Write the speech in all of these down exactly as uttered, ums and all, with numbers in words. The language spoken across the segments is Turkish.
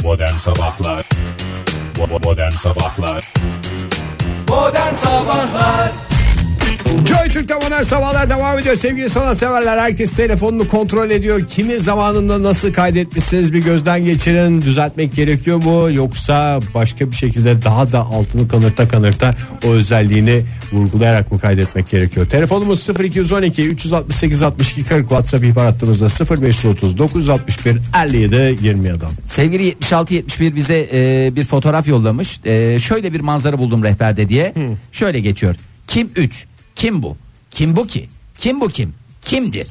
Modern Sabahlar Modern Sabahlar Modern Sabahlar Joy Türk'te Modern Sabahlar devam ediyor. Sevgili sanatseverler, herkes telefonunu kontrol ediyor. Kimi zamanında nasıl kaydetmişsiniz bir gözden geçirin. Düzeltmek gerekiyor mu, yoksa başka bir şekilde daha da altını kanırta kanırta o özelliğini vurgulayarak mı kaydetmek gerekiyor? Telefonumuz sıfır iki on iki üç altı sekiz altmış iki kırk, WhatsApp ihbar hattımızda sıfır beş otuz dokuz altmış bir elli yedi yirmi adam. Sevgili yetmiş altı yetmiş bir bize e, bir fotoğraf yollamış. E, şöyle bir manzara buldum rehberde diye. Hı. Şöyle geçiyor. Kim üç? Kim bu? Kim bu ki? Kim bu kim? Kimdir?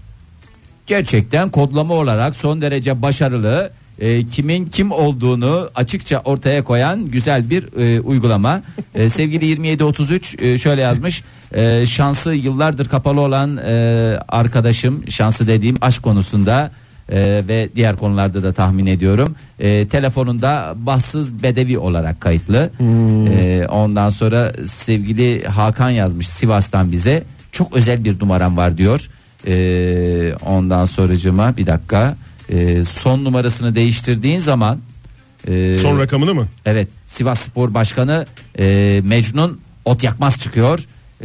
Gerçekten kodlama olarak son derece başarılı, e, kimin kim olduğunu açıkça ortaya koyan güzel bir e, uygulama. E, sevgili yirmi yedi otuz üç e, şöyle yazmış. E, şansı yıllardır kapalı olan e, arkadaşım, şansı dediğim aşk konusunda e, ve diğer konularda da tahmin ediyorum. E, telefonunda bahtsız bedevi olarak kayıtlı. Hmm. E, ondan sonra sevgili Hakan yazmış Sivas'tan bize. Çok özel bir numaram var diyor. E, ondan sonracığıma bir dakika. E, son numarasını değiştirdiğin zaman. E, son rakamını mı? Evet. Sivas Spor Başkanı e, Mecnun Ot Yakmaz çıkıyor.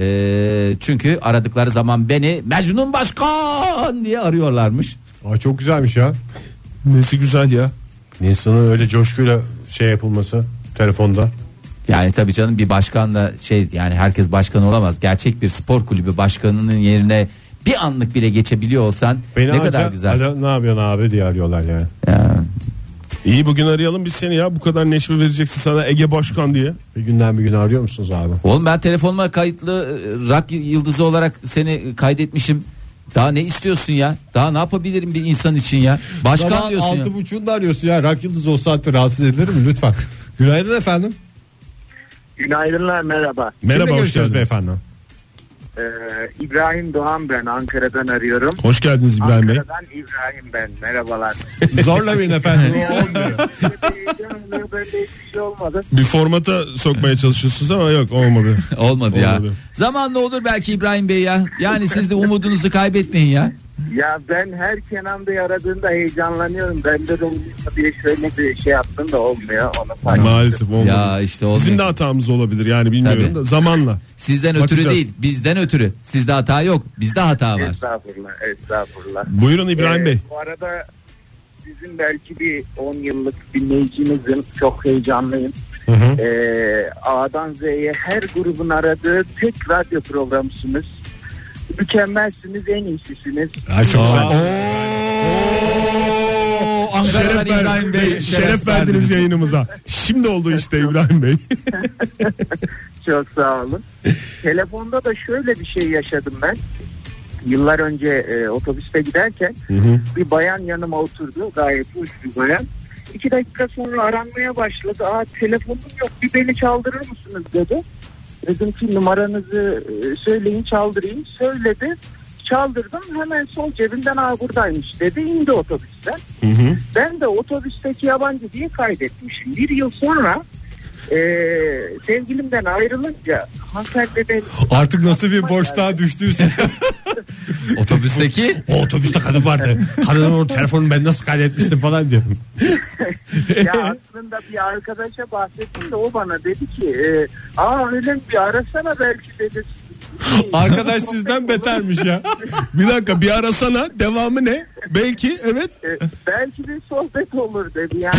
E, çünkü aradıkları zaman beni Mecnun Başkan diye arıyorlarmış. Aa, çok güzelmiş ya. Nesi güzel ya. İnsanın öyle coşkuyla şey yapılması telefonda. Yani tabii canım, bir başkanla şey, yani herkes başkan olamaz. Gerçek bir spor kulübü başkanının yerine bir anlık bile geçebiliyor olsan beni ne kadar güzel. Alo, ne yapıyorsun abi diye arıyorlar yani. Ya. İyi, bugün arayalım biz seni ya, bu kadar neşve vereceksin sana Ege Başkan diye. Bir günden bir gün arıyor musunuz abi? Oğlum ben telefonuma kayıtlı rock yıldızı olarak seni kaydetmişim. Daha ne istiyorsun ya? Daha ne yapabilirim bir insan için ya? Başkan Sabah diyorsun altı ya. buçuğunda arıyorsun ya. Rock yıldızı o saatte rahatsız edilir mi lütfen? Günaydın efendim. Günaydınlar, merhaba. Merhaba, Kimle hoş geldiniz beyefendi. Ee, İbrahim Doğan ben, Ankara'dan arıyorum. Hoş geldiniz İbrahim Bey. Ankara'dan İbrahim ben, merhabalar. Zorlamayın efendim, o olmuyor. Böyle bir şey olmadı. Bir formata sokmaya çalışıyorsunuz ama yok, olmadı. Olmadı ya. Olmadı. Zamanla olur belki İbrahim Bey ya. Yani siz de umudunuzu kaybetmeyin ya. Ya ben her Kenan Bey aradığında heyecanlanıyorum. Ben de olmuyor diye şöyle bir şey yaptım da olmuyor. Onu maalesef olmadı. Ya işte olmuyor. Bizim de hatamız olabilir yani, bilmiyorum Tabii. da zamanla. Sizden bakacağız. ötürü değil, bizden ötürü. Sizde hata yok, bizde hata var. Estağfurullah, estağfurullah. Buyurun İbrahim ee, Bey. Bu arada sizin belki bir on yıllık dinleyicinizim. Çok heyecanlıyım. Hı hı. Ee, A'dan Z'ye her grubun aradığı tek radyo programısınız. Mükemmelsiniz, en iyisisiniz. Ay, çok sağ olun. Şeref, İbrahim Bey, şeref, şeref verdiniz yayınımıza. Şimdi oldu işte İbrahim Bey. Çok sağ olun. Telefonda da şöyle bir şey yaşadım ben. Yıllar önce e, otobüste giderken hı hı. bir bayan yanıma oturdu. Gayet hoş bir bayan. İki dakika sonra aranmaya başladı. Aa, telefonum yok, bir beni çaldırır mısınız dedi. Dedim ki numaranızı söyleyin, çaldırayım. Söyledi. Çaldırdım, hemen sol cebimden aa buradaymış dedi, indi otobüsten. Hı hı. Ben de otobüsteki yabancı diye kaydetmişim. Bir yıl sonra e, sevgilimden ayrılınca hanımefendi de artık nasıl bir boşluğa düştüyse otobüsteki o otobüste kadın vardı, kadının o telefonu ben nasıl kaydetmiştim falan diyorum. Ya aslında bir arkadaşa bahsettim de o bana dedi ki e, aa öyle bir arasana belki dedi. Arkadaş sizden betermiş ya. Bir dakika, bir arasana, devamı ne? Belki evet. E, belki bir sohbet olur dedi yani.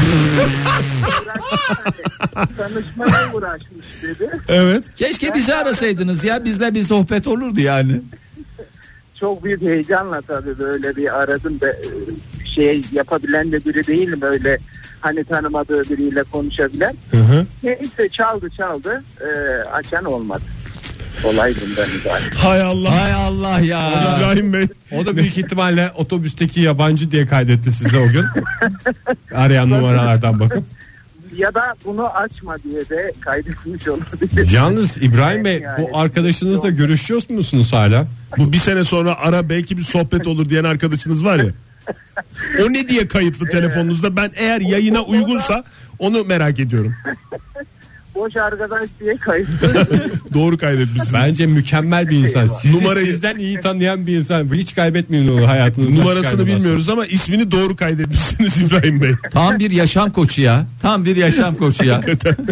Tanışmaya uğraşmış dedi. Evet. Keşke ben bizi arasaydınız ya, bizle bir sohbet olurdu yani. Çok büyük heyecanla tabii böyle bir aradım da şey yapabilen de biri değilim, öyle hani tanımadığı biriyle konuşabilen. Hı hı. Neyse çaldı çaldı e, açan olmadı. Olay bundan ibaret. Hay Allah. Hay Allah ya. O da İbrahim Bey. O da büyük ihtimalle otobüsteki yabancı diye kaydetti size o gün. Arayan numaralardan bakıp. Ya da bunu açma diye de kaydetmiş olabilir. Yalnız İbrahim Bey, bu arkadaşınızla görüşüyor musunuz hala? Bu bir sene sonra ara belki bir sohbet olur diyen arkadaşınız var ya. O ne diye kayıtlı telefonunuzda? Ben eğer yayına uygunsa onu merak ediyorum. boş arkadaş diye kayıtlı. Doğru kaydetmişsiniz. Bence mükemmel bir insan. Sizi Numarayı- sizden iyi tanıyan bir insan. Hiç kaybetmeyin onu hayatınızda. Numarasını bilmiyoruz ama ismini doğru kaydetmişsiniz İbrahim Bey. Tam bir yaşam koçu ya. Tam bir yaşam koçu ya.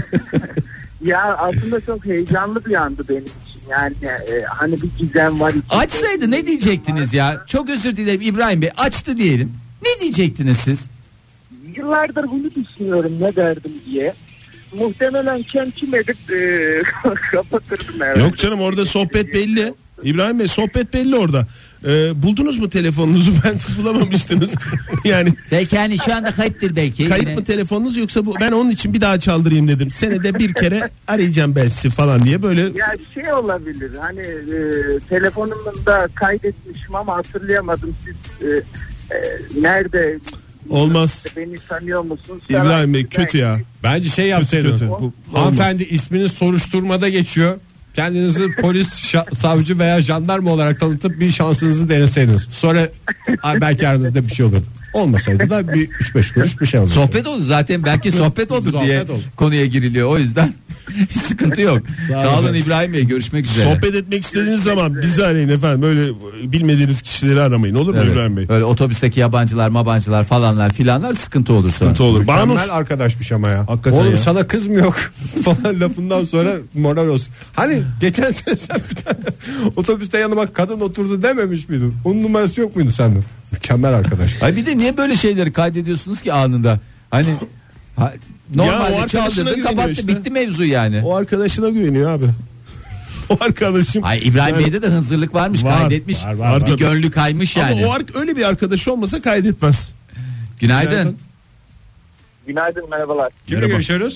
Ya aslında çok heyecanlı bir andı benim için. Yani e, hani bir gizem var. içinde. Açsaydı ne diyecektiniz ya? Çok özür dilerim İbrahim Bey. Açtı diyelim. Ne diyecektiniz siz? Yıllardır bunu düşünüyorum ne derdim diye. Muhtemelen kendim edip e, kapatırdım herhalde. Yok canım, orada sohbet belli. İbrahim Bey, sohbet belli orada. Ee, buldunuz mu telefonunuzu? Ben bulamamıştınız. Yani Belki hani şu anda kayıptır belki. kayıp Yine- mı telefonunuz, yoksa bu, ben onun için bir daha çaldırayım dedim. Senede bir kere arayacağım ben sizi falan diye böyle. Ya şey olabilir hani e, telefonumun da kaydetmişim ama hatırlayamadım siz e, e, nerede Olmaz. beni tanıyor musunuz? İbrahim Bey kötü ya. Bence şey yapsaydınız. kötü. Bu- Hanımefendi isminiz soruşturmada geçiyor. Kendinizi polis, şa- savcı veya jandarma olarak tanıtıp bir şansınızı deneseydiniz. Sonra ay, belki aranızda bir şey olurdu. Olmasaydı da bir üç beş kuruş bir şey olurdu. Sohbet oldu zaten, belki sohbet oldu Sohbet diye oldu. konuya giriliyor. O yüzden sıkıntı yok. Sağ Sağ olun olun. İbrahim Bey, görüşmek üzere. Sohbet etmek istediğiniz zaman bizi arayın efendim. Böyle bilmediğiniz kişileri aramayın, olur mu Evet. İbrahim Bey? Böyle otobüsteki yabancılar, mabancılar falanlar filanlar sıkıntı olur sonra. Sıkıntı olur. Mükemmel Banus. arkadaşmış ama ya. Hakikaten Oğlum ya. sana kız mı yok falan lafından sonra moral olsun. Hani geçen sene sen bir tane otobüste yanıma kadın oturdu dememiş miydin? Onun numarası yok muydu sende? Mükemmel arkadaş. Ay bir de niye böyle şeyleri kaydediyorsunuz ki anında? Hani ha, Ya o normalde arkadaşına çaldırdı, güveniyor kapattı, işte. bitti mevzu yani. O arkadaşına güveniyor abi. O arkadaşım. Ay İbrahim Yani- Bey'de de hınzırlık varmış, Var, kaydetmiş. var, var, bir tabii. gönlü kaymış yani. Ama o ar- öyle bir arkadaş olmasa kaydetmez. Günaydın. Günaydın. Günaydın, merhabalar. Kimle Merhaba. görüşüyoruz?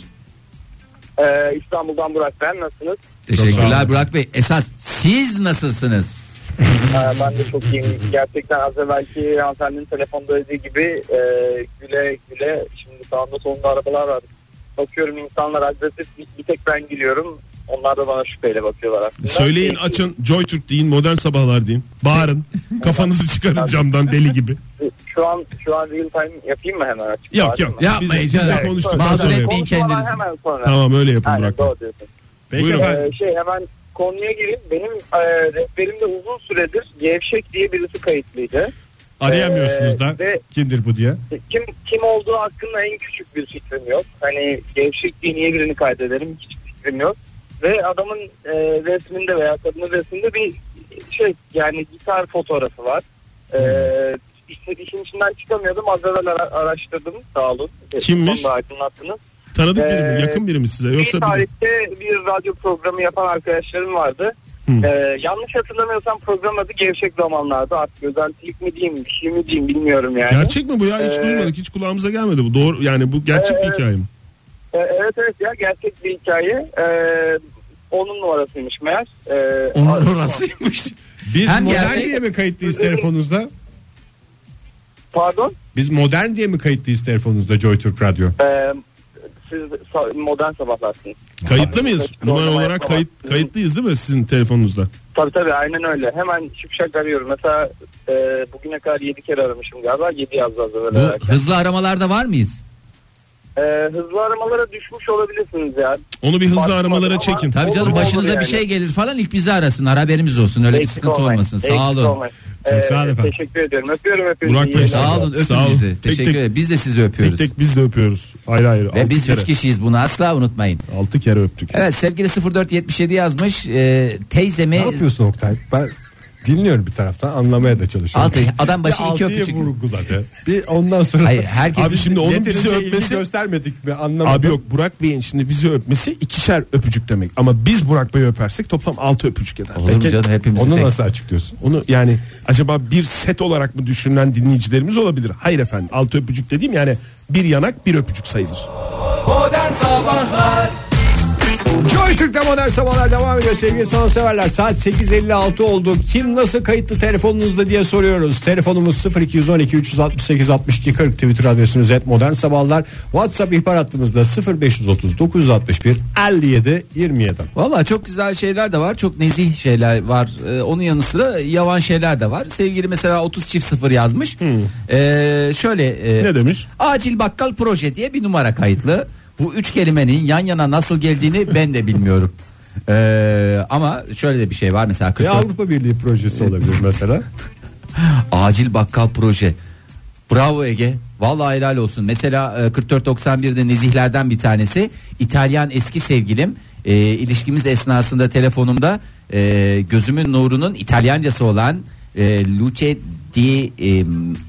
Ee, İstanbul'dan Burak, ben nasılsınız? Çok sağ Teşekkürler olun. Burak Bey. Esas siz nasılsınız? Ee, ben de çok iyiyim. Gerçekten az evvelki hanımefendinin telefonda dediği gibi e, güle güle şimdi sağında solunda arabalar var. Bakıyorum insanlar agresif, bir, bir tek ben gülüyorum. Onlar da bana şüpheyle bakıyorlar aslında. Söyleyin, Ee, açın, JoyTürk deyin, Modern Sabahlar deyin. Bağırın. Kafanızı çıkarın camdan deli gibi. Şu an şu an real time yapayım mı hemen açık? Yok Bağırayım yok. mı? Yapmayın Biz de- biz de canım. konuştuk. Mazur Sonra etmeyin yapalım. Konuşmadan kendinizi. hemen sonra. Tamam, öyle yapın Aynen, Burak Bey. doğru diyorsun. Peki Buyurun. efendim. Ee, şey hemen konuya gireyim. Benim e, rehberimde uzun süredir Gevşek diye birisi kayıtlıydı. Arayamıyorsunuz Ee, da ve- kimdir bu diye. Kim kim olduğu hakkında en küçük bir fikrim yok. Hani Gevşek diye niye birini kaydederim, hiç fikrim yok. Ve adamın e, resminde veya kadının resminde bir şey, yani gitar fotoğrafı var. E, işte işin içinden çıkamıyordum. Az evvel ara- araştırdım. Sağ olun. Kimmiş? Sonunda aydınlattınız. Tanıdık biri mi? Ee, Yakın biri mi size? Bir Yoksa biri... tarihte bir radyo programı yapan arkadaşlarım vardı. Hmm. Ee, yanlış hatırlamıyorsam program adı Gevşek Zamanlar'da. Artık özentilik mi diyeyim, bir şey mi diyeyim bilmiyorum yani. Gerçek mi bu ya? Hiç Ee, duymadık. Hiç kulağımıza gelmedi bu. Doğru, yani bu gerçek bir Ee, hikaye mi? Ee, evet evet ya, gerçek bir hikaye. Ee, onun numarasıymış meğer. Ee, Onun orasıymış. Biz Hem modern gerçek- diye mi kayıtlıyız telefonunuzda? Pardon. Biz modern diye mi kayıtlıyız telefonunuzda JoyTürk Radyo? Ee, siz sa- modern sabahlarsınız. Kayıtlı mıyız? Evet, Numara doğru, olarak yapma kayıt, bak. kayıtlıyız değil mi sizin telefonunuzda? Tabii tabii, aynen öyle. Hemen şıpşak arıyorum. Mesela e, bugüne kadar yedi kere aramışım galiba. yedi yazdı az evvel Bu ararken. hızlı aramalarda var mıyız? Ee, hızlı aramalara düşmüş olabilirsiniz ya. Onu bir hızlı Bakmadım aramalara ama- çekin. Tabii canım, Olur, başınıza olur bir yani. şey gelir falan ilk bizi arasınlar, haberimiz olsun, öyle bir Eksik sıkıntı olmayın, olmasın. Sağ eksik olun. olmayın. Çok Ee, sağ olun efendim. Teşekkür ediyorum. Öpüyorum hepinizi. Burak İyi Bey, yayınlar. Sağ olun, öpün Sağ olun. bizi. Tek Teşekkür tek- ederim. Biz de sizi Tek öpüyoruz. tek biz de öpüyoruz. Ayrı ayrı. Ve Altı biz kere. üç kişiyiz, bunu asla unutmayın. Altı kere öptük. Evet, sevgili sıfır dört yetmiş yedi yazmış. E, teyzemi Ne yapıyorsun Oktay? Ben dinliyorum bir taraftan, anlamaya da çalışıyorum. Altı, adam başı Bir iki altıyı öpücük. vurguladı. Bir ondan sonra Hayır, herkesin Abi şimdi onun bizi yeterince ilgi öpmesi... göstermedik mi, anlamadım. Abi yok, Burak Bey'in şimdi bizi öpmesi ikişer öpücük demek. Ama biz Burak Bey'i öpersek toplam altı öpücük eder. Olur mu Peki, canım, hepimizi onu tek. nasıl açıklıyorsun? Onu yani acaba bir set olarak mı düşünülen dinleyicilerimiz olabilir? Hayır efendim, altı öpücük dediğim yani bir yanak bir öpücük sayılır. Modern Sabahlar JoyTürk'te Modern Sabahlar devam ediyor sevgili sanatseverler. Saat sekiz elli altı oldu. Kim nasıl kayıtlı telefonunuzda diye soruyoruz. Telefonumuz sıfır iki on iki üç altı sekiz altmış iki kırk, Twitter adresimiz et Modern Sabahlar. WhatsApp ihbar hattımızda sıfır beş otuz dokuz altmış bir elli yedi yirmi yedi. Valla çok güzel şeyler de var, çok nezih şeyler var. Ee, onun yanı sıra yavan şeyler de var. Sevgili mesela otuz çift sıfır yazmış. Ee, şöyle e, Ne demiş? acil bakkal proje diye bir numara kayıtlı. Bu üç kelimenin yan yana nasıl geldiğini ben de bilmiyorum. Ee, ama şöyle de bir şey var mesela Bir kırk dört Avrupa Birliği projesi olabilir mesela. acil bakkal proje. Bravo Ege. Vallahi helal olsun. Mesela kırk dört doksan birde nezihlerden bir tanesi. İtalyan eski sevgilim. E, ilişkimiz esnasında telefonumda e, gözümün nurunun İtalyancası olan e, Luce di e,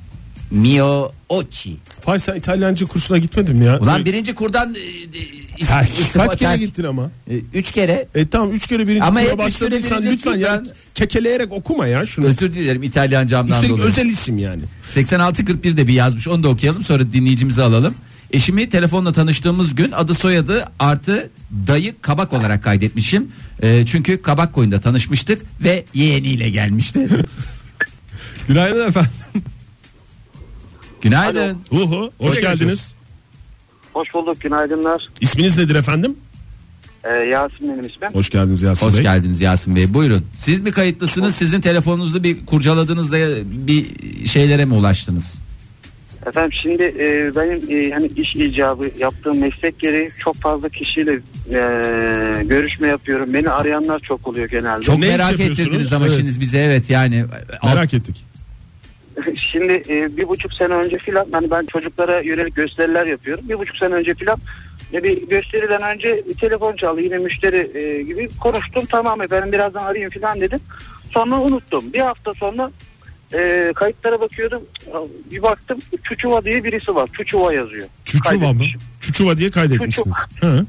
mio occhi. Fay sen İtalyanca kursuna gitmedin mi ya? Ulan E, birinci kurdan e, is, kaç, istifa- kaç kere terk- gittin ama? E, üç kere. E tamam üç kere birinci Ama kura hep üç kere başladıysan birinci lütfen ya turdan- kekeleyerek okuma ya şunu. Özür dilerim İtalyancamdan Üstelik dolayı. özel isim yani. seksen altı kırk bir de bir yazmış, onu da okuyalım sonra dinleyicimizi alalım. Eşimi telefonla tanıştığımız gün adı soyadı artı dayı Kabak olarak kaydetmişim. E, çünkü Kabak Koyun'da tanışmıştık ve yeğeniyle gelmişti. Günaydın efendim. Günaydın. Uhu, hoş Hoş geldiniz. Hoş bulduk, günaydınlar. İsminiz nedir efendim? Ee, Yasin benim ismim. Hoş geldiniz Yasin Hoş Bey. geldiniz Yasin Bey. Buyurun. Siz mi kayıtlısınız? Sizin telefonunuzu bir kurcaladığınızda bir şeylere mi ulaştınız? Efendim şimdi e, benim e, hani iş icabı yaptığım meslek gereği çok fazla kişiyle e, görüşme yapıyorum. Beni arayanlar çok oluyor genelde. Çok Ne iş merak yapıyorsunuz? ettirdiniz ama Evet. şimdi bize, evet yani. Merak ettik. Şimdi e, bir buçuk sene önce filan hani ben çocuklara yönelik gösteriler yapıyorum. Bir buçuk sene önce filan e, bir gösteriden önce bir telefon çaldı, yine müşteri e, gibi konuştum. Tamam efendim birazdan arayayım filan dedim. Sonra unuttum. Bir hafta sonra e, kayıtlara bakıyordum. Bir baktım Çuçuva diye birisi var. Çuçuva yazıyor. Çuçuva mı? Kaydetmişim. Çuçuva diye kaydetmişsiniz. Hı.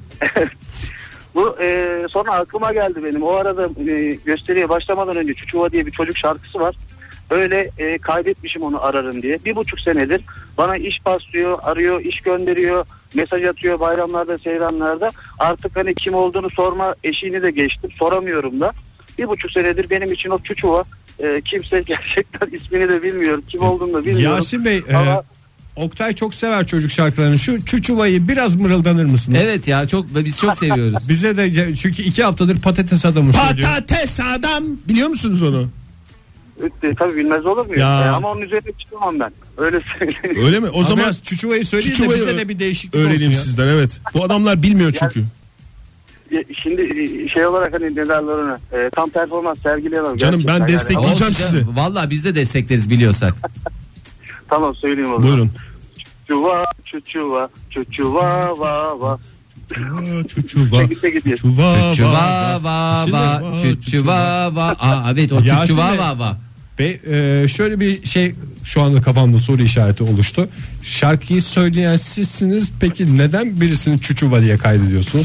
Bu e, sonra aklıma geldi benim. O arada e, gösteriye başlamadan önce Çuçuva diye bir çocuk şarkısı var. Öyle e, kaydetmişim onu ararım diye. Bir buçuk senedir bana iş paslıyor, arıyor, iş gönderiyor, mesaj atıyor bayramlarda, seyranlarda. Artık hani kim olduğunu sorma eşiğini de geçtim. Soramıyorum da. Bir buçuk senedir benim için o Çuçuva. E, kimse gerçekten ismini de bilmiyorum. Kim olduğunu da bilmiyorum. Yasin Bey, Ama... e, Oktay çok sever çocuk şarkılarını. Şu Çuçuva'yı biraz mırıldanır mısınız? Evet ya, çok biz çok seviyoruz. Bize de, çünkü iki haftadır patates adamı söylüyor. Patates adam. Biliyor musunuz onu? E, tabii bilmez olur muyum? Ya. E, ama onun üzerine çıkamam ben. Öyle söyleyeyim. Öyle mi? O O zaman biraz Çuçuva'yı söyleyin de Çuçuva'yı bize ö- de bir değişiklik olsun öğreneyim ya. sizden, evet. Bu adamlar bilmiyor çünkü. E, Şimdi e, şey olarak hani ne derler ona, e, tam performans sergileyemem. Canım, ben Gerçekten destek- yani. Diyeceğim Olsun size. canım. Vallahi biz de destekleriz biliyorsak. Tamam söyleyeyim o zaman. Buyurun. Çuçuva, çuçuva, çuçuva, va, va. Çuçuva. Birlikte gidiyor. Çuçuva. Çuva va va, çuva va. Aa evet, o Yasin çuva Bey. va va. Ve e, şöyle bir şey şu anda kafamda soru işareti oluştu. Şarkıyı söyleyen sizsiniz. Peki neden birisini Çuçuva diye kaydediyorsunuz?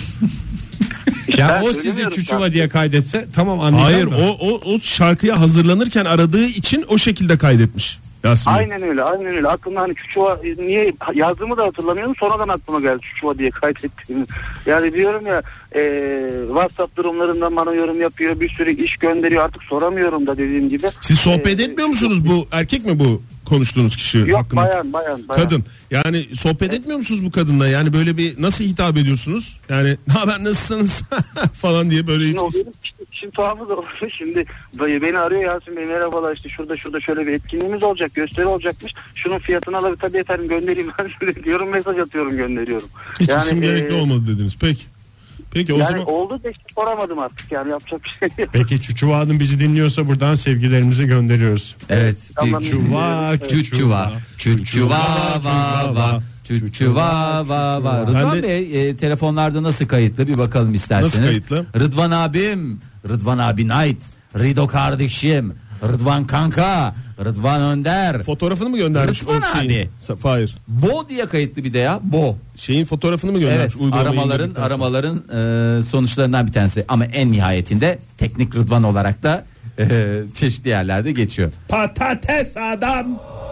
Ben Ya o sizi söylemiyorum Çuçuva zaten. diye kaydetse tamam anlayacağım. Hayır, da. o, o o şarkıya hazırlanırken aradığı için o şekilde kaydetmiş. Yasin Bey. Aynen öyle, aynen öyle. Aklımda hani Çuçuva e, niye yazdığımı da hatırlamıyorum. Sonradan aklıma geldi Çuçuva diye kaydettiğimi. Yani diyorum ya e, WhatsApp durumlarından bana yorum yapıyor. Bir sürü iş gönderiyor. Artık soramıyorum da dediğim gibi. Siz sohbet E, etmiyor musunuz, bu erkek mi bu konuştuğunuz kişi Yok hakkında? bayan, bayan, bayan. Kadın. Yani sohbet etmiyor musunuz bu kadınla? Yani böyle bir nasıl hitap ediyorsunuz? Yani ne haber, nasılsınız falan diye böyle hiç... Ne oluyor? İşte, şimdi tuhafı da oldu. Şimdi dayı beni arıyor, Yasin Bey merhabalar, işte şurada şurada şöyle bir etkinliğimiz olacak, gösteri olacakmış. Şunun fiyatına da tabii efendim göndereyim ben şöyle diyorum, mesaj atıyorum, gönderiyorum. Hiç isim e, gerekli olmadı dediniz. Peki. Peki o yani zaman... oldu da işte soramadım artık, yani yapacak bir şey yok. Peki Çuçuva Hanım bizi dinliyorsa buradan sevgilerimizi gönderiyoruz. Evet. Tamam. Çuva, Çuçuva, çuçuva va va, çuçuva va va. Rıdvan Ben de- Bey e, telefonlarda nasıl kayıtlı bir bakalım isterseniz. Nasıl kayıtlı? Rıdvan abim, Rıdvan abi Night, Rido kardeşim, Rıdvan kanka, Rıdvan Önder. Fotoğrafını mı göndermiş? Rıdvan o şeyin? abi. Sa- Hayır. Bo diye kayıtlı bir de ya. Bo. Şeyin fotoğrafını mı Evet, göndermiş? Uygulamayı aramaların indirdikten sonra. aramaların e, sonuçlarından bir tanesi, ama en nihayetinde teknik Rıdvan olarak da e, çeşitli yerlerde geçiyor. Patates adam.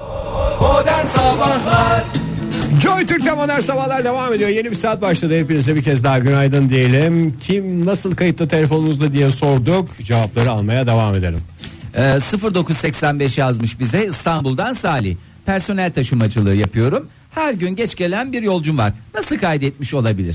Modern Sabahlar Joy Türk'te modern sabahlar devam ediyor. Yeni bir saat başladı. Hepinize bir kez daha günaydın diyelim. Kim nasıl kayıtlı telefonunuzda diye sorduk. Cevapları almaya devam edelim. Ee, sıfır dokuz seksen beş yazmış bize, İstanbul'dan Salih. Personel taşımacılığı yapıyorum. Her gün geç gelen bir yolcum var. Nasıl kaydetmiş olabilir?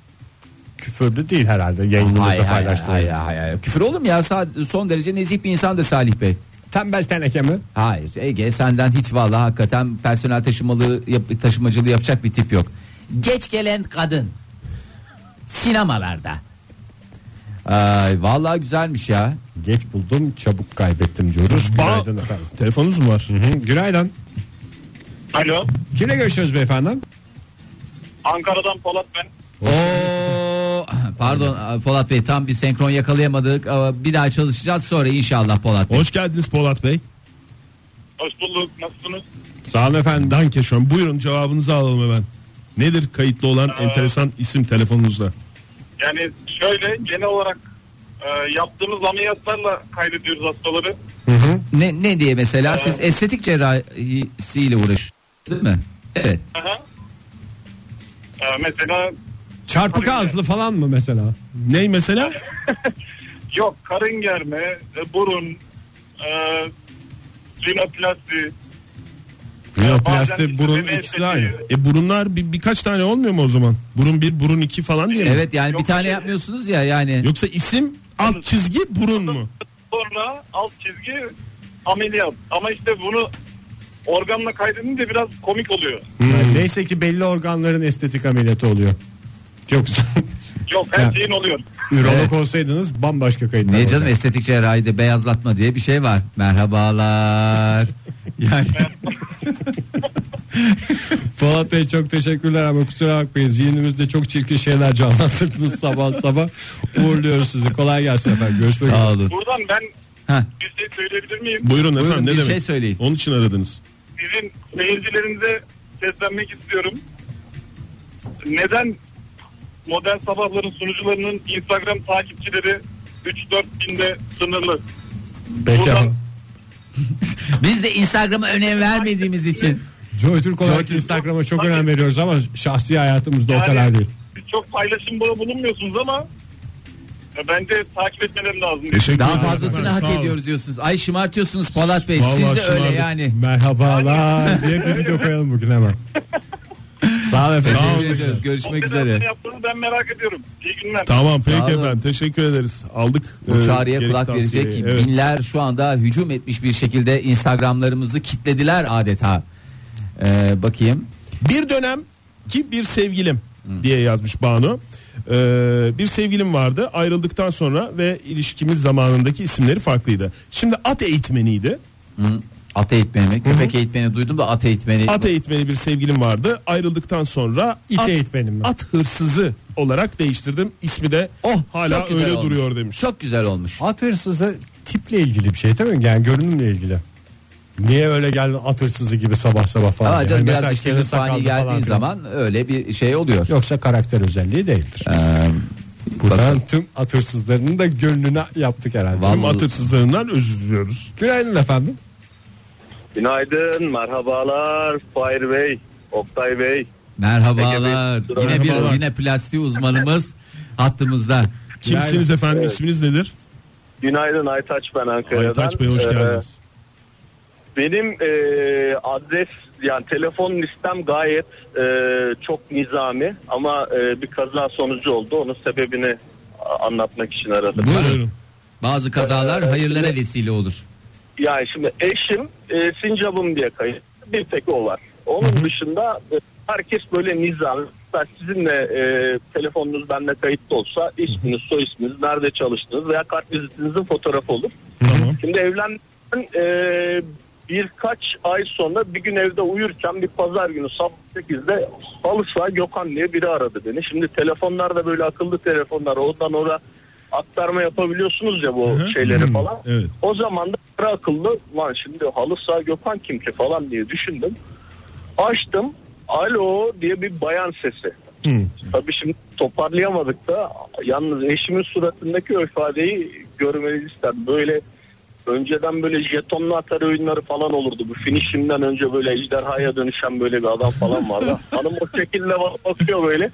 Küfürlü değil herhalde yayınımızda Hayır hayır, paylaştığı. hayır hayır hayır. Küfür olur mu ya? Sa- Son derece nezih bir insandır Salih Bey. Tembel teneke mi? Hayır Ege, senden hiç vallahi hakikaten personel taşımalığı yap- taşımacılığı yapacak bir tip yok. Geç gelen kadın. Sinemalarda. Ay, vallahi güzelmiş ya. Geç buldum çabuk kaybettim diyoruz. Günaydın Ba- efendim. Telefonunuz mu var? Hı hı, günaydın. Alo. Kimle görüşüyoruz beyefendi? Ankara'dan Polat ben. Oo, pardon Polat Bey, tam bir senkron yakalayamadık ama bir daha çalışacağız sonra inşallah Polat Bey. Hoş geldiniz Polat Bey. Hoş bulduk. Nasılsınız? Sağ olun efendim. Danke schön. Buyurun cevabınızı alalım hemen. Nedir kayıtlı olan Aa. enteresan isim telefonunuzda? Yani şöyle genel olarak e, yaptığımız ameliyatlarla kaydediyoruz hastaları. Ne ne diye mesela siz estetik cerrahisiyle uğraşıyorsunuz değil mi? Evet. Aha. E, mesela Çarpık ağızlı falan mı mesela? Ney mesela? yok karın germe, e, burun, e, rinoplasti. Rinoplasti, bazen burun işte ikisi meme aynı. estetiği. E burunlar bir, birkaç tane olmuyor mu o zaman? Burun bir, burun iki falan diye mi? Evet yani Yok, bir tane şey- yapmıyorsunuz ya yani. Yoksa isim alt çizgi burun mu? Sonra alt çizgi ameliyat. Ama işte bunu organla kaydedince biraz komik oluyor. Yani neyse ki belli organların estetik ameliyatı oluyor. Yoksa Yok her Ya. şeyin oluyor. ürolog Evet. olsaydınız bambaşka kayıtlar Niye canım, olacak. estetik cerrahide beyazlatma diye bir şey var. Merhabalar. Yani Polat Bey çok teşekkürler ama kusura bakmayın. Zihnimizde çok çirkin şeyler canlandırdınız sabah sabah. Uğurluyoruz sizi. Kolay gelsin efendim. Görüşmek üzere. sağ olun. Buradan ben Heh. bir şey söyleyebilir miyim? Buyurun efendim, Buyurun, ne bir demek? şey söyleyin. Onun için aradınız. Sizin seyircilerinize seslenmek istiyorum. Neden Modern Sabahların sunucularının Instagram takipçileri üç dört binde sınırlı? Peki Buradan- abi. Biz de Instagram'a önem vermediğimiz için. Joy Türk olarak Joy- Instagram'a çok önem veriyoruz ama şahsi hayatımızda o kadar Yani değil. siz çok paylaşımda bulunmuyorsunuz ama e, bence takip etmeleri lazım. Teşekkür Daha ederim fazlasını efendim, hak sağ olun. ediyoruz diyorsunuz. Ay şımartıyorsunuz Polat Bey. Vallahi Siz de öyle şımardık. yani. Merhabalar diye bir video koyalım bugün hemen. Sağ olun efendim. Sağ olun. Teşekkür ediyoruz. Görüşmek üzere. Yaptığını ben merak ediyorum. İyi günler. Tamam peki Sağ olun. efendim, teşekkür ederiz. Aldık. Bu e, çağrıya gerekli kulak verecek tavsiyeyi. Evet. binler şu anda hücum etmiş bir şekilde Instagramlarımızı kitlediler adeta. Ee, bakayım. Bir dönem ki bir sevgilim diye yazmış Banu. Ee, bir sevgilim vardı, ayrıldıktan sonra ve ilişkimiz zamanındaki isimleri farklıydı. Şimdi at eğitmeniydi. Hı. At eğitmeni mi? Köpek eğitmeni duydum da at eğitmeni. At eğitmeni bir sevgilim vardı. Ayrıldıktan sonra İt at, eğitmeni mi? at hırsızı olarak değiştirdim. İsmi de Oh, hala çok güzel öyle olmuş. duruyor demiş. Çok güzel olmuş. At hırsızı tiple ilgili bir şey değil mi? Yani görünümle ilgili. Niye öyle geldin at hırsızı gibi sabah sabah falan? Ama diye. canım Yani biraz mesela işte kirli hırpani sakallı falan geldiğin filan. zaman öyle bir şey oluyor. Yoksa karakter özelliği değildir. Ee, Buradan bakalım. tüm at hırsızlarının da gönlüne yaptık herhalde. Vallahi- Tüm at hırsızlarından özür diliyoruz. Günaydın efendim. Günaydın, merhabalar Fahir Bey, Oktay Bey. Merhabalar. Ege Bey, Yine bir merhabalar. yine plastik uzmanımız hattımızda. Kimsiniz efendim, Evet. isminiz nedir? Günaydın Aytaç, ben Ankara'dan. Aytaç Bey, hoş Ee, geldiniz. Benim e, adres, yani telefon listem gayet e, çok nizami ama e, bir kaza sonucu oldu. Onun sebebini a- anlatmak için aradım. Buyurun. Bazı kazalar hayırlara vesile olur. Yani şimdi eşim e, sincabım diye kayıt. Bir tek o var. Onun dışında e, herkes böyle nizami. Ben sizinle e, telefonunuz bende kayıtlı olsa isminiz, soy isminiz, nerede çalıştınız veya kart vizitinizin fotoğrafı olur. Tamam. Şimdi evlendikten e, birkaç ay sonra bir gün evde uyurken bir pazar günü sabah sekizde halı saha Gökhan diye biri aradı beni. Şimdi telefonlarda böyle akıllı telefonlar, oradan oraya aktarma yapabiliyorsunuz ya bu Hı hı. şeyleri Hı. falan. Evet. O zaman da ara akıllı, lan şimdi halı saha Gökhan kim ki falan diye düşündüm. Açtım, alo diye bir bayan sesi. Hı. Tabii şimdi toparlayamadık da, yalnız eşimin suratındaki o ifadeyi görmenizi isterim. Böyle önceden böyle jetonlu atar oyunları falan olurdu. Bu finishimden önce böyle ejderhaya dönüşen böyle bir adam falan vardı. Hanım o şekilde bakıyor böyle.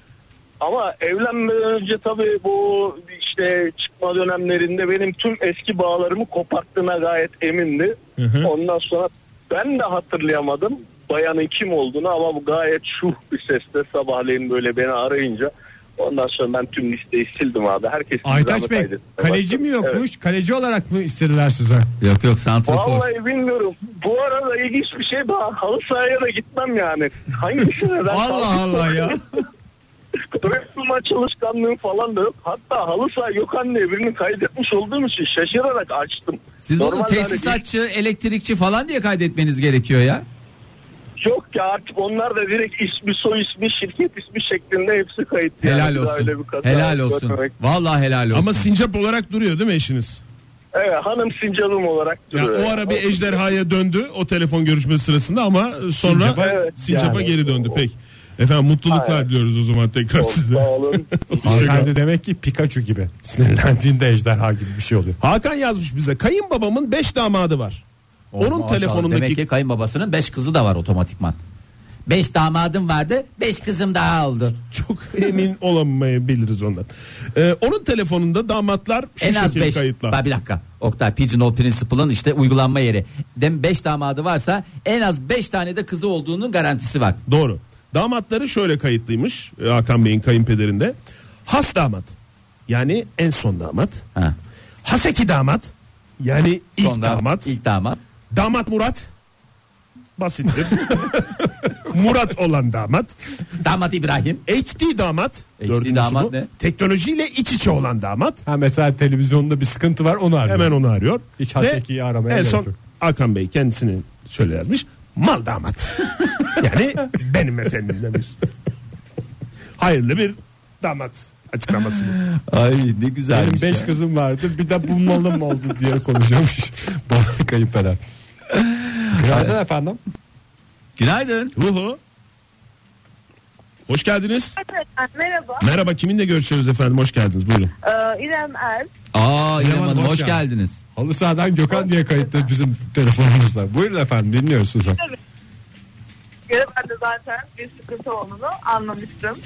Ama evlenmeden önce tabii bu işte çıkma dönemlerinde benim tüm eski bağlarımı koparttığına gayet emindi. Hı hı. Ondan sonra ben de hatırlayamadım bayanın kim olduğunu ama bu gayet şuh bir sesle sabahleyin böyle beni arayınca ondan sonra ben tüm listeyi sildim abi. Herkes Aytaç Bey, kaleci mi yokmuş? Evet. Kaleci olarak mı istediler size? Yok yok santrafor. Vallahi bilmiyorum. Bu arada ilginç bir şey, ben halı sahaya da gitmem yani. Hangisine ben Allah Allah ya. Böyle uyuma çalışkanlığım falan da yok. Hatta halı saha Gökhan diye birini kaydetmiş olduğum için şaşırarak açtım. Siz onu Normalde tesisatçı, hani... elektrikçi falan diye kaydetmeniz gerekiyor ya. Yok ya artık onlar da direkt ismi, soy ismi, şirket ismi şeklinde hepsi kayıt. Helal yani. Olsun. Helal olsun. Görmemek. Vallahi helal olsun. Ama sincap olarak duruyor değil mi eşiniz? Evet, hanım sincapım olarak duruyor. Ya, o ara bir ejderhaya döndü o telefon görüşmesi sırasında ama sonra sincapa, evet, sincapa yani, geri döndü. O, Peki. Efendim mutluluklar hayır. diliyoruz o zaman tekrar o, size. Sağ olun. Hanımefendi demek ki Pikachu gibi. Sinirlendiğinde ejderha gibi bir şey oluyor. Hakan yazmış bize. Kayınbabamın beş damadı var. Oh, Onun telefonundaki... Demek ki kayınbabasının beş kızı da var otomatikman. Beş damadım vardı, beş kızım daha oldu. Çok emin olamayabiliriz ondan. Ee, onun telefonunda damatlar şu en az şekilde beş, kayıtlar. Bir dakika. Oktay, Pigeonhole Principle'ın işte uygulanma yeri. Dem beş damadı varsa en az beş tane de kızı olduğunun garantisi var. Doğru. Damatları şöyle kayıtlıymış Hakan Bey'in kayınpederinde. Has damat. Yani en son damat. Ha. Haseki damat. Yani ilk son damat. İlk damat. Damat Murat. Basittir. Murat olan damat. Damat İbrahim. H D damat. H D damat ne? Teknolojiyle iç içe olan damat. Ha mesela televizyonda bir sıkıntı var, onu arıyor. Hemen onu arıyor. Hiç Haseki'yi aramaya en gerek son yok. Hakan Bey kendisini şöyle yazmış. Mal damat. Yani benim efendim demiş. Hayırlı bir damat açıklaması bu. Ay ne güzelmiş. Benim beş ya. Kızım vardı, bir de bu malım oldu diye konuşuyormuş. Bana kayınpeder. Günaydın efendim. Günaydın. Ruhu. Hoş geldiniz. Merhaba. Merhaba, kiminle görüşüyoruz efendim? Hoş geldiniz. Buyurun. Ee, İrem Er. Aa İrem Hanım hoş, hoş geldiniz. Halı sahadan Gökhan diye kayıtlı bizim telefonumuzda. Buyurun efendim, dinliyoruz sizi. Evet. Ben de zaten bir sıkıntı olduğunu anlamıştım.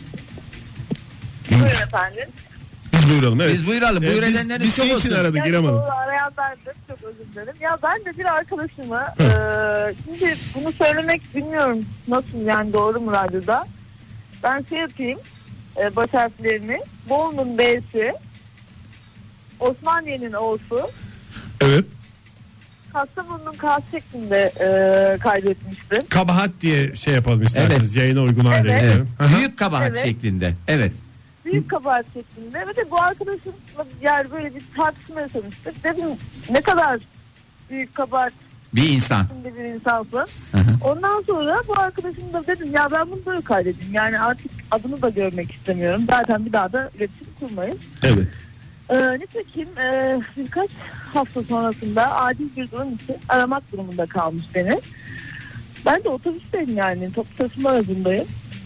Buyurun efendim. Biz buyuralım, evet. Biz buyuralım. Buyur ee, edenleriniz biz, çok biz olsun. için aradık, yani İrem Hanım. Arayan bendim, çok özür dilerim. Ya ben de bir arkadaşımı e, şimdi bunu söylemek bilmiyorum nasıl, yani doğru mu radyoda. Ben şey yapayım, e, baş harflerini. Bolu'nun B'si, Osmaniye'nin O'su. Evet. Kastamonu'nun K'sı şeklinde e, kaydetmiştim. Kabahat diye şey yapalım isterseniz. Evet. Yayına uygun hale evet. getirelim. Evet. Büyük kabahat evet. şeklinde. Evet. Büyük kabahat şeklinde. Ve de bu arkadaşımla yani böyle bir tartışma yaşamıştık. Dedim ne kadar büyük kabahat bir insan. Bir insansın. Hı hı. Ondan sonra bu arkadaşım da dedim ya ben bunu böyle kaydedeyim. Yani artık adını da görmek istemiyorum. Zaten bir daha da iletişim kurmayız. Evet. Ee, nitekim e, birkaç hafta sonrasında acil bir durum için aramak durumunda kalmış beni. Ben de otobüsteyim, yani toplu taşıma aracındayım.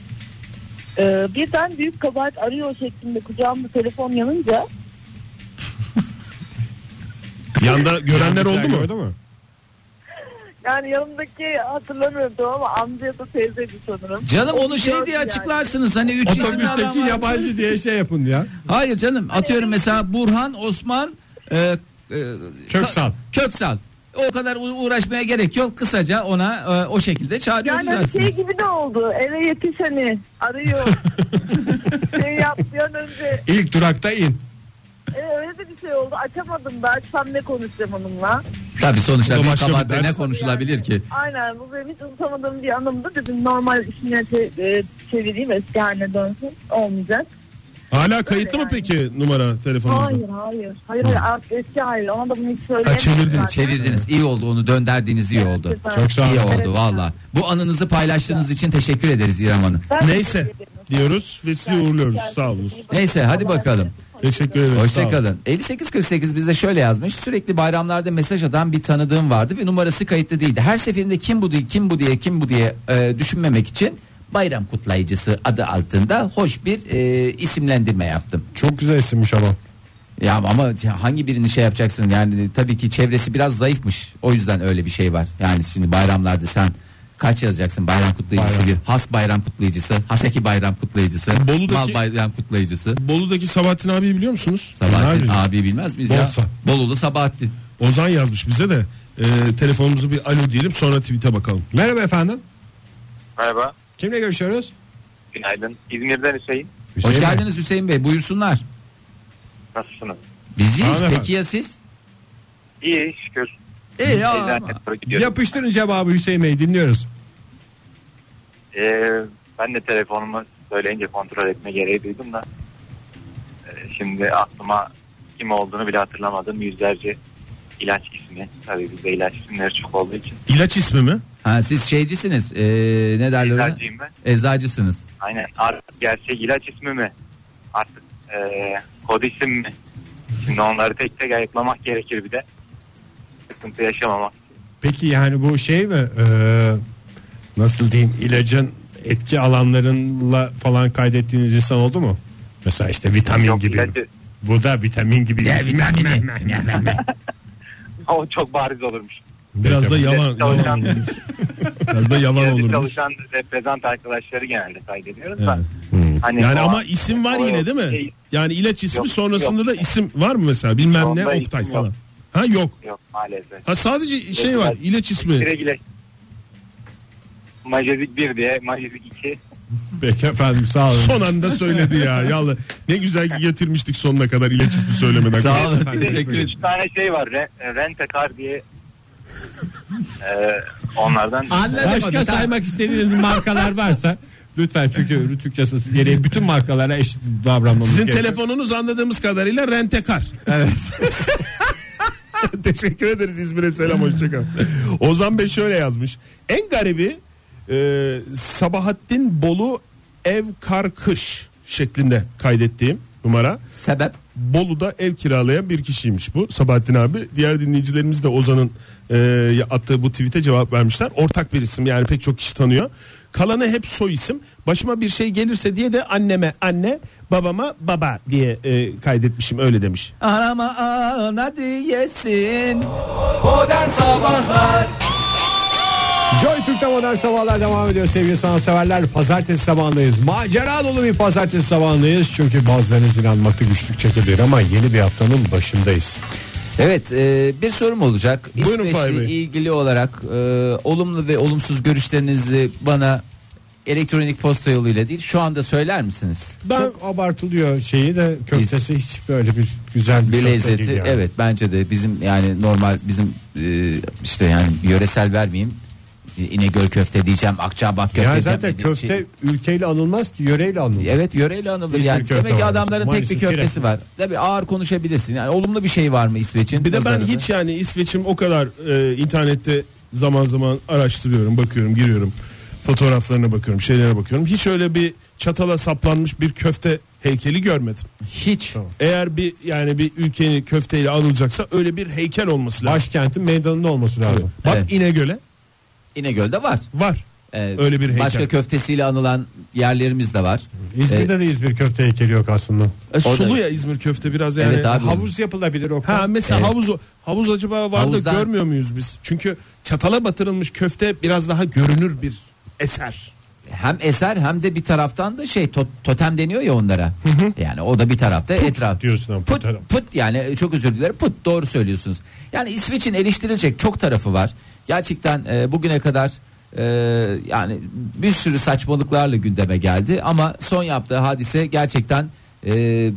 Ee, birden büyük kabahat arıyor şeklinde kucağımda telefon yanınca. Yanda görenler oldu mu? Gördü mü? Yani yanımdaki hatırlamıyordum ama amca ya da teyzeydi sanırım. Canım onu şey diye yani açıklarsınız. Hani üç isimli adam otobüsteki yabancı diye şey yapın ya. Hayır canım, atıyorum mesela Burhan, Osman, e, e, Köksal. Köksal. O kadar uğraşmaya gerek yok. Kısaca ona e, o şekilde çağırıyoruz yani aslında. Yani şey gibi de oldu. Eve yetiş hani arıyor. şey yapmayan önce. İlk durakta in. Ee, öyle de bir şey oldu. Açamadım da, açsam ne konuşacağım onunla. Tabii sonuçta bir kabahatle ne konuşulabilir yani, ki? Aynen, bu benim hiç unutamadığım bir anımdı. Dedim normal işine çe- çevireyim, eski haline dönsün. Olmayacak. Hala kayıtlı mı peki numara telefonunuzda? Hayır hayır. Hayır hayır artık eski hayır. Ona da bunu hiç söyleyemedim. Çevirdiniz, çevirdiniz. İyi oldu, onu dönderdiğiniz iyi oldu. Çok sağ olun. İyi oldu evet, valla. Bu anınızı paylaştığınız için teşekkür ederiz İrem Hanım. Neyse diyoruz ve sizi uğurluyoruz. Sağ olun. Neyse hadi bakalım. Teşekkür ederim. Hoşçakalın. elli sekiz kırk sekiz bize şöyle yazmış. Sürekli bayramlarda mesaj atan bir tanıdığım vardı ve numarası kayıtlı değildi. Her seferinde kim bu diye kim bu diye kim bu diye e, düşünmemek için bayram kutlayıcısı adı altında hoş bir e, isimlendirme yaptım. Çok güzel isimmiş ama. Ya ama hangi birini şey yapacaksın, yani tabii ki çevresi biraz zayıfmış. O yüzden öyle bir şey var. Yani şimdi bayramlarda sen kaç yazacaksın? Bayram kutlayıcısı bayram. Bir has bayram kutlayıcısı, haseki bayram kutlayıcısı, Bolu'daki, mal bayram kutlayıcısı. Bolu'daki Sabahattin abi biliyor musunuz? Sabahattin abi bilmez miyiz Bolsa. ya? Bolulu Sabahattin. Ozan yazmış bize de. E, telefonumuzu bir alo diyelim, sonra tweet'e bakalım. Merhaba efendim. Merhaba. Kimle görüşüyoruz? Günaydın. İzmir'den Hüseyin. Hüseyin Hoş mi? geldiniz Hüseyin Bey, buyursunlar. Nasılsınız? Biziz. Tamam, peki ya siz? İyi şükür. İyi ya. Yapıştırın cevabı Hüseyin Bey, dinliyoruz. Ee, ben de telefonumu söyleyince kontrol etme gereği duydum da e, şimdi aklıma kim olduğunu bile hatırlamadım. Yüzlerce ilaç ismi. Tabii bizde ilaç isimleri çok olduğu için. İlaç ismi mi? Ha, siz şeycisiniz. Ee, ne derler ona? Eczacıyım ben. Eczacısınız. Aynen. Artık gerçek ilaç ismi mi? Artık e, kod isim mi? Şimdi onları tek tek ayıklamak gerekir bir de. Sıkıntı yaşamamak. Peki yani bu şey mi? Ee, nasıl diyeyim, ilacın etki alanlarıyla falan kaydettiğiniz insan oldu mu? Mesela işte vitamin Yok, gibi. ilacı- Bu da vitamin gibi. Ya vitamini. O çok bariz olurmuş. Biraz da yalan. Çalışan, yalan olurmuş. Biraz da yalan İlacı olurmuş. çalışan reprezent arkadaşları genelde kaydediyoruz da. Evet. Hani Yani o- ama isim var o- yine değil mi? şey- Yani ilaç ismi Yok, sonrasında yok. da isim var mı mesela? Bilmem Sonunda ne isim Oktay yok. falan. Ha yok. Yok maalesef. Ha sadece şey var, ilaç ismi. Direkt ilaç. Majezik bir diye, Majezik iki. Peki efendim, sağ olun. Son anda söyledi ya. Yallah. Ne güzel getirmiştik sonuna kadar ilaç ismi söylemeden. Sağ olun. Bir de Teşekkür ederim. üç tane şey var. Re- Rentekar diye. Ee, onlardan. Başka saymak istediğiniz markalar varsa lütfen, çünkü Rütük yasası gereği bütün markalara eşit davranmamız Sizin gerekiyor. telefonunuz anladığımız kadarıyla rentekar. Evet. Teşekkür ederiz, İzmir'e selam, hoşçakal. Ozan Bey şöyle yazmış. En garibi e, Sabahattin Bolu ev kar kış şeklinde kaydettiğim numara. Sebep? Bolu'da ev kiralayan bir kişiymiş bu Sabahattin abi. Diğer dinleyicilerimiz de Ozan'ın e, attığı bu tweet'e cevap vermişler. Ortak bir isim, yani pek çok kişi tanıyor. Kalanı hep soy isim. Başıma bir şey gelirse diye de anneme anne, babama baba diye e, kaydetmişim, öyle demiş. Anama ana diyesin. Modern Sabahlar. Joy Türk'te modern sabahlar devam ediyor sevgili sanatseverler. Pazartesi sabahındayız. Macera dolu bir pazartesi sabahındayız. Çünkü bazılarınız inanmakta güçlük çekebilir ama yeni bir haftanın başındayız. Evet, e, bir sorum olacak. Buyurun Fahri İsveç'le Bey. ilgili olarak e, olumlu ve olumsuz görüşlerinizi bana elektronik posta yoluyla değil şu anda söyler misiniz? Ben Çok abartılıyor şeyi de, köftesi hiç böyle bir güzel bir, Bir köfte lezzeti, değil yani. evet, bence de bizim yani normal bizim e, işte yani yöresel vermeyeyim. İnegöl köfte diyeceğim, Akçabat köfte. Ya zaten diyeceğim. köfte Şey- ülkeyle anılmaz ki, yöreyle anılır. Evet, yöreyle anılır. İzmir Yani köfte demek ki var. adamların tek Maalesef bir köftesi direkt. var. Tabii ağır konuşabilirsin. Yani olumlu bir şey var mı İsveç'in? bir de ben pazarında? hiç yani İsveç'im o kadar e, internette zaman zaman araştırıyorum, bakıyorum, giriyorum. Fotoğraflarına bakıyorum, şeylere bakıyorum. Hiç öyle bir çatala saplanmış bir köfte heykeli görmedim. hiç. Eğer bir yani bir ülkenin köfteyle anılacaksa öyle bir heykel olması lazım. Başkentin meydanında olması lazım. Bak Evet. İnegöl'e İnegöl'de var. var. Ee, Öyle bir heykel. Başka köftesiyle anılan yerlerimiz de var. İzmir'de de İzmir köfte heykeli yok aslında. E, O sulu da- ya İzmir köfte biraz yani. Evet abi. Havuz yapılabilir o. Ha mesela Evet. havuz havuz acaba var Havuzdan- da görmüyor muyuz biz? Çünkü çatala batırılmış köfte biraz daha görünür bir eser. Hem eser hem de bir taraftan da şey to- totem deniyor ya onlara. Yani o da bir tarafta etraf. diyorsun ama, Put, totem. put yani çok özür dilerim, put, doğru söylüyorsunuz. Yani İsveç'in eleştirilecek çok tarafı var. Gerçekten e, bugüne kadar e, yani bir sürü saçmalıklarla gündeme geldi ama son yaptığı hadise gerçekten e,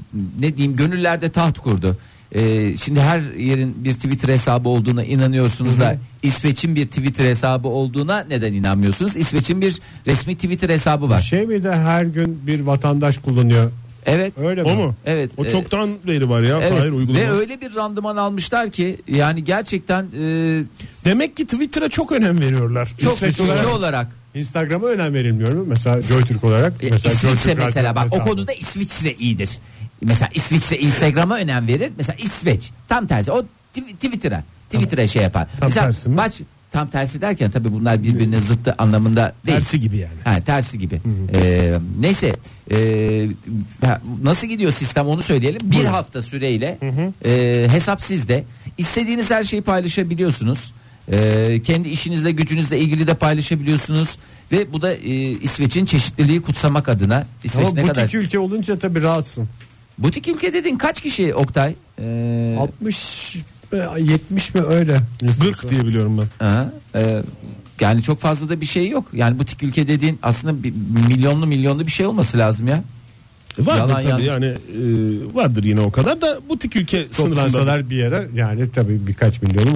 ne diyeyim, gönüllerde taht kurdu. E, şimdi her yerin bir Twitter hesabı olduğuna inanıyorsunuz da İsveç'in bir Twitter hesabı olduğuna neden inanmıyorsunuz? İsveç'in bir resmi Twitter hesabı var. Şey mi de her gün bir vatandaş kullanıyor. Evet. Öyle O mi? mu? Evet. O e, çoktan beri var ya. Evet. Hayır, uygulama. Ve öyle bir randıman almışlar ki yani gerçekten e, Demek ki Twitter'a çok önem veriyorlar. çok İsveç ülke olarak- olarak. Instagram'a önem verilmiyor mu? Mesela JoyTürk olarak. E, mesela İsviçre JoyTürk mesela bak o hesabı. konuda İsviçre iyidir. Mesela İsviçre Instagram'a önem verir. Mesela İsveç tam tersi. O tw- Twitter'a Twitter'a şey yapar. Tam mesela tersi mi? baş tam tersi derken tabii bunlar birbirine zıttı anlamında değil. Tersi gibi yani. Ha, tersi gibi. Ee, neyse ee, ha, nasıl gidiyor sistem onu söyleyelim. Bir hafta süreyle ee, hesap sizde. İstediğiniz her şeyi paylaşabiliyorsunuz. Ee, kendi işinizle gücünüzle ilgili de paylaşabiliyorsunuz. Ve bu da ee, İsveç'in çeşitliliği kutsamak adına. İsveç Ama ne butik kadar? ülke olunca tabii rahatsın. Butik ülke dedin kaç kişi Oktay? Ee, altmış mi, yetmiş mi öyle? Gırk diye biliyorum ben. aha, ee, yani çok fazla da bir şey yok. Yani butik ülke dediğin aslında bir milyonlu milyonlu bir şey olması lazım ya. Vardır Yalan tabii yanlış. yani e, vardır yine o kadar da butik ülke sınıfında. Toplansalar bir yere yani tabii birkaç milyonu bulur.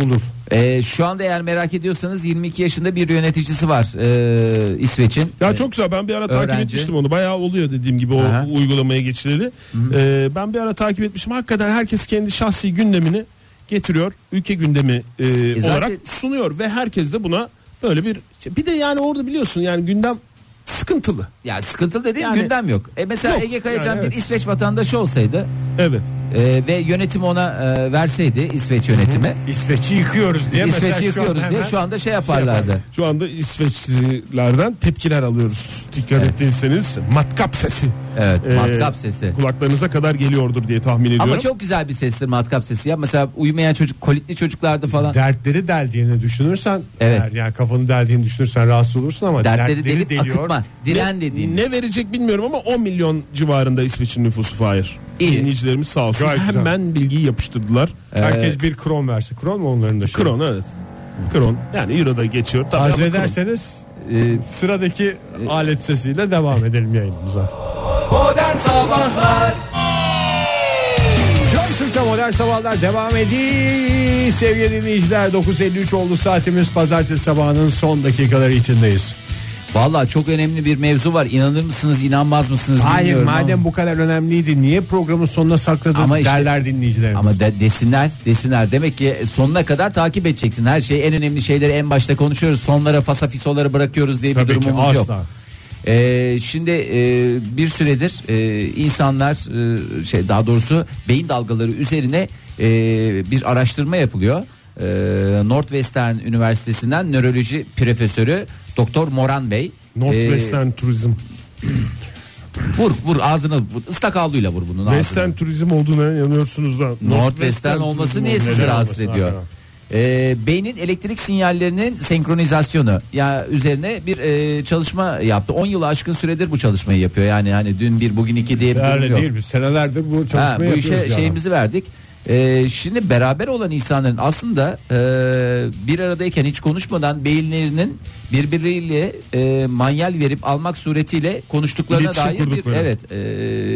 Ee, şu anda eğer merak ediyorsanız yirmi iki yaşında bir yöneticisi var ee, İsveç'in. Ya çok güzel, ben bir ara Öğrenci. takip etmiştim onu. Bayağı oluyor dediğim gibi o Aha. uygulamaya geçileli. Ee, ben bir ara takip etmiştim. Hakikaten herkes kendi şahsi gündemini getiriyor. Ülke gündemi e, E zaten- olarak sunuyor ve herkes de buna böyle bir bir de yani orada biliyorsun yani gündem sıkıntılı. Ya sıkıntılı dediğim Yani- gündem yok. E mesela Yok, Ege Kayacan yani bir evet. İsveç vatandaşı olsaydı Evet. e, ve yönetimi ona e, verseydi, İsveç yönetimi. İsveç'i yıkıyoruz diye mesela İsveç'i şu yıkıyoruz an diye hemen şu anda şey yaparlardı. Şu anda İsveçlilerden tepkiler alıyoruz. Dikkat ettiyseniz matkap sesi. Evet, Ee, matkap sesi. Kulaklarınıza kadar geliyordur diye tahmin ediyorum. Ama çok güzel bir sestir matkap sesi ya. Mesela uyumayan çocuk, kolitli çocuklarda falan. Dertleri deldiğini düşünürsen, Evet. eğer yani kafanı deldiğini düşünürsen rahatsız olursun ama Dertleri dertleri, delip deliyor. akıtma, diren dediğimiz. Ne verecek bilmiyorum ama on milyon civarında İsveç'in nüfusu Fahir. İyi. Dinleyicilerimiz sağ olsun. Gayet güzel. Hemen bilgiyi yapıştırdılar. Herkes bir kron versin. Kron mu onların da şey? Kron evet. Kron yani Euro'da geçiyor. Tabii Arzu ama kron. ederseniz e, sıradaki alet sesiyle devam edelim yayınımıza. Modern Sabahlar Joy Türk'te Modern Sabahlar devam ediyor. Sevgili dinleyiciler, dokuz elli üç oldu saatimiz, pazartesi sabahının son dakikaları içindeyiz. Vallahi çok önemli bir mevzu var. İnanır mısınız, inanmaz mısınız Hayır, bilmiyorum madem ama. bu kadar önemliydi niye programın sonuna sakladın Ama işte- derler dinleyicilerimiz. Ama de, desinler, desinler. Demek ki sonuna kadar takip edeceksin. Her şey, en önemli şeyleri en başta konuşuyoruz. Sonlara fasafisoları bırakıyoruz diye Tabii bir ki, durumumuz yok. asla. Ee, şimdi e, bir süredir e, insanlar e, şey daha doğrusu beyin dalgaları üzerine e, bir araştırma yapılıyor. E, Northwestern Üniversitesi'nden nöroloji profesörü Doktor Moran Bey. Northwestern Turizm. E, vur vur ağzını vur, ıslak havluyla vur bunun ağzını. Western Turizm olduğuna yanıyorsunuz da. Northwestern olması Turizm niye olduğuna sizi yanıyorsunuz. rahatsız ediyor? Ee, beynin elektrik sinyallerinin senkronizasyonu ya üzerine bir e, çalışma yaptı. on yılı aşkın süredir bu çalışmayı yapıyor. Yani hani dün bir bugün iki diye bir durum Öyle yok. değil mi? Senelerdir bu çalışmayı Ha, bu yapıyoruz. işe ya. şeyimizi verdik. Ee, şimdi beraber olan insanların aslında e, bir aradayken hiç konuşmadan beyinlerinin birbirleriyle e, manyel verip almak suretiyle konuştuklarına İletişim dair bir kurdukları. evet e,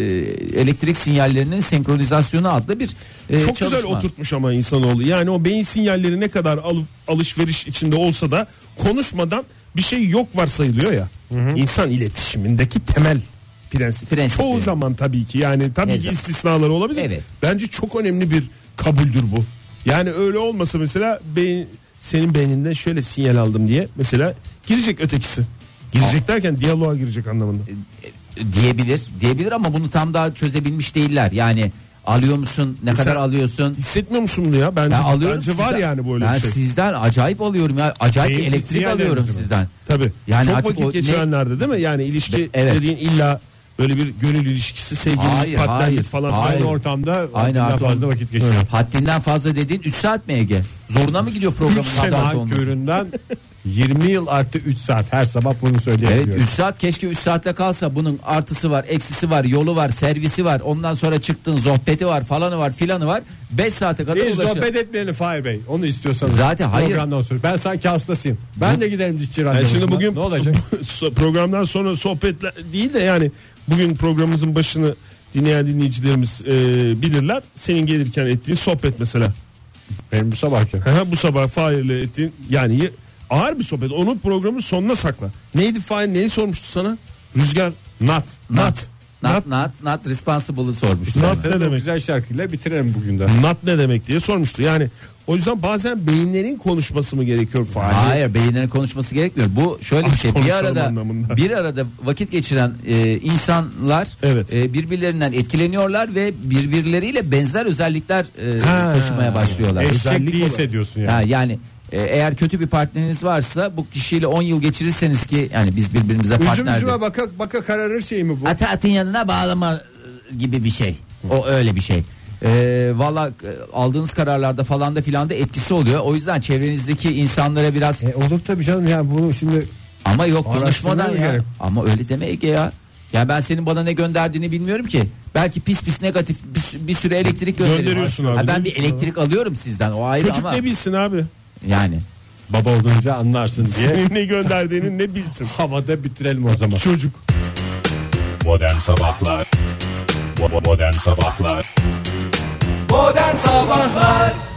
elektrik sinyallerinin senkronizasyonu adlı bir e, Çok çalışma. güzel oturtmuş ama insanoğlu. Yani o beyin sinyalleri ne kadar alıp alışveriş içinde olsa da konuşmadan bir şey yok varsayılıyor ya. İnsan iletişimindeki temel prensip. Prensip, Çoğu evet. zaman tabii ki yani tabii Ne ki zaman? istisnaları olabilir. Evet. Bence çok önemli bir kabuldür bu. Yani öyle olmasa mesela beyin, senin beyninden şöyle sinyal aldım diye mesela girecek ötekisi. Girecek derken diyaloğa girecek anlamında. diyebilir diyebilir ama bunu tam daha çözebilmiş değiller. Yani alıyor musun, ne Sen kadar alıyorsun? Hissetmiyor musun bunu ya? Bence, Ben alıyorum bence var sizden. yani böyle ben bir şey. sizden acayip alıyorum ya. Acayip bir Beyin elektrik sinyallerinizi alıyorum mi? sizden. Tabii. Yani Çok artık vakit o ne- geçirenlerde değil mi? Yani ilişki Be- evet. dediğin illa böyle bir gönül ilişkisi, sevgili, Hayır, partnerlik hayır, falan hayır. Aynı filan. ortamda Aynı daha ortam- fazla vakit geçiriyor. Haddinden fazla dediğin üç saat mi Ege? Zoruna mı gidiyor programın saat Sabahın olması? köründen yirmi yıl artı üç saat, her sabah bunu Evet, söyleyebiliyorum. üç saat, keşke üç saatte kalsa. Bunun artısı var, eksisi var, yolu var, servisi var. Ondan sonra çıktın, sohbeti var, falanı var, filanı var. beş saate kadar Hiç ulaşır. sohbet etmeyelim Fahir Bey. Onu istiyorsanız. Zaten hayır. Programdan sonra. Ben sanki hastasıyım. Ben de giderim dişçi Yani randevusuna. şimdi bugün ne olacak? so- programdan sonra sohbetler değil de yani bugün programımızın başını dinleyen dinleyicilerimiz e, bilirler. Senin gelirken ettiğin sohbet mesela. Benim bu sabahki. Bu sabah Fahir'le ettiğin yani ye- ağır bir sohbet. Onu programın sonuna sakla. Neydi Fahir? Neyi sormuştu sana? Rüzgar. Nat. Not, not, not, not responsible'ı sormuş. sana. Not ne Ne demek? güzel şarkıyla bitirelim bugün de. Nat ne demek diye sormuştu. Yani o yüzden bazen beyinlerin konuşması mı gerekiyor Fahir? Hayır, beyinlerin konuşması gerekmiyor. Bu şöyle bir Az şey. Bir konuşalım arada anlamında. bir arada vakit geçiren e, insanlar Evet. e, birbirlerinden etkileniyorlar ve birbirleriyle benzer özellikler e, Ha. taşımaya başlıyorlar. Eşek Özellik değilse olarak. diyorsun yani. Ha, yani e, eğer kötü bir partneriniz varsa bu kişiyle on yıl geçirirseniz ki yani biz birbirimize Üzüm partnerdik. üzüme baka, baka kararır şey mi bu? Ata atın yanına bağlama e, gibi bir şey. O öyle bir şey. E, Valla e, aldığınız kararlarda falan da filan da etkisi oluyor. O yüzden çevrenizdeki insanlara biraz E, olur tabii canım yani bunu şimdi ama yok konuşmadan Araştırmaya ya. gerek. Ama öyle deme Ege ya. Yani ben senin bana ne gönderdiğini bilmiyorum ki. Belki pis pis negatif bir, bir süre elektrik gönderiyorsun. Gönderiyorsun abi, Ha, ben değil bir misin elektrik alıyorum sizden, o ayrı Çocuk ama ne bilsin abi? yani. baba olunca anlarsın diye Senin ne gönderdiğini ne bilsin? havada bitirelim o zaman. Çocuk. Modern Sabahlar Bo- Modern Sabahlar Modern Sabahlar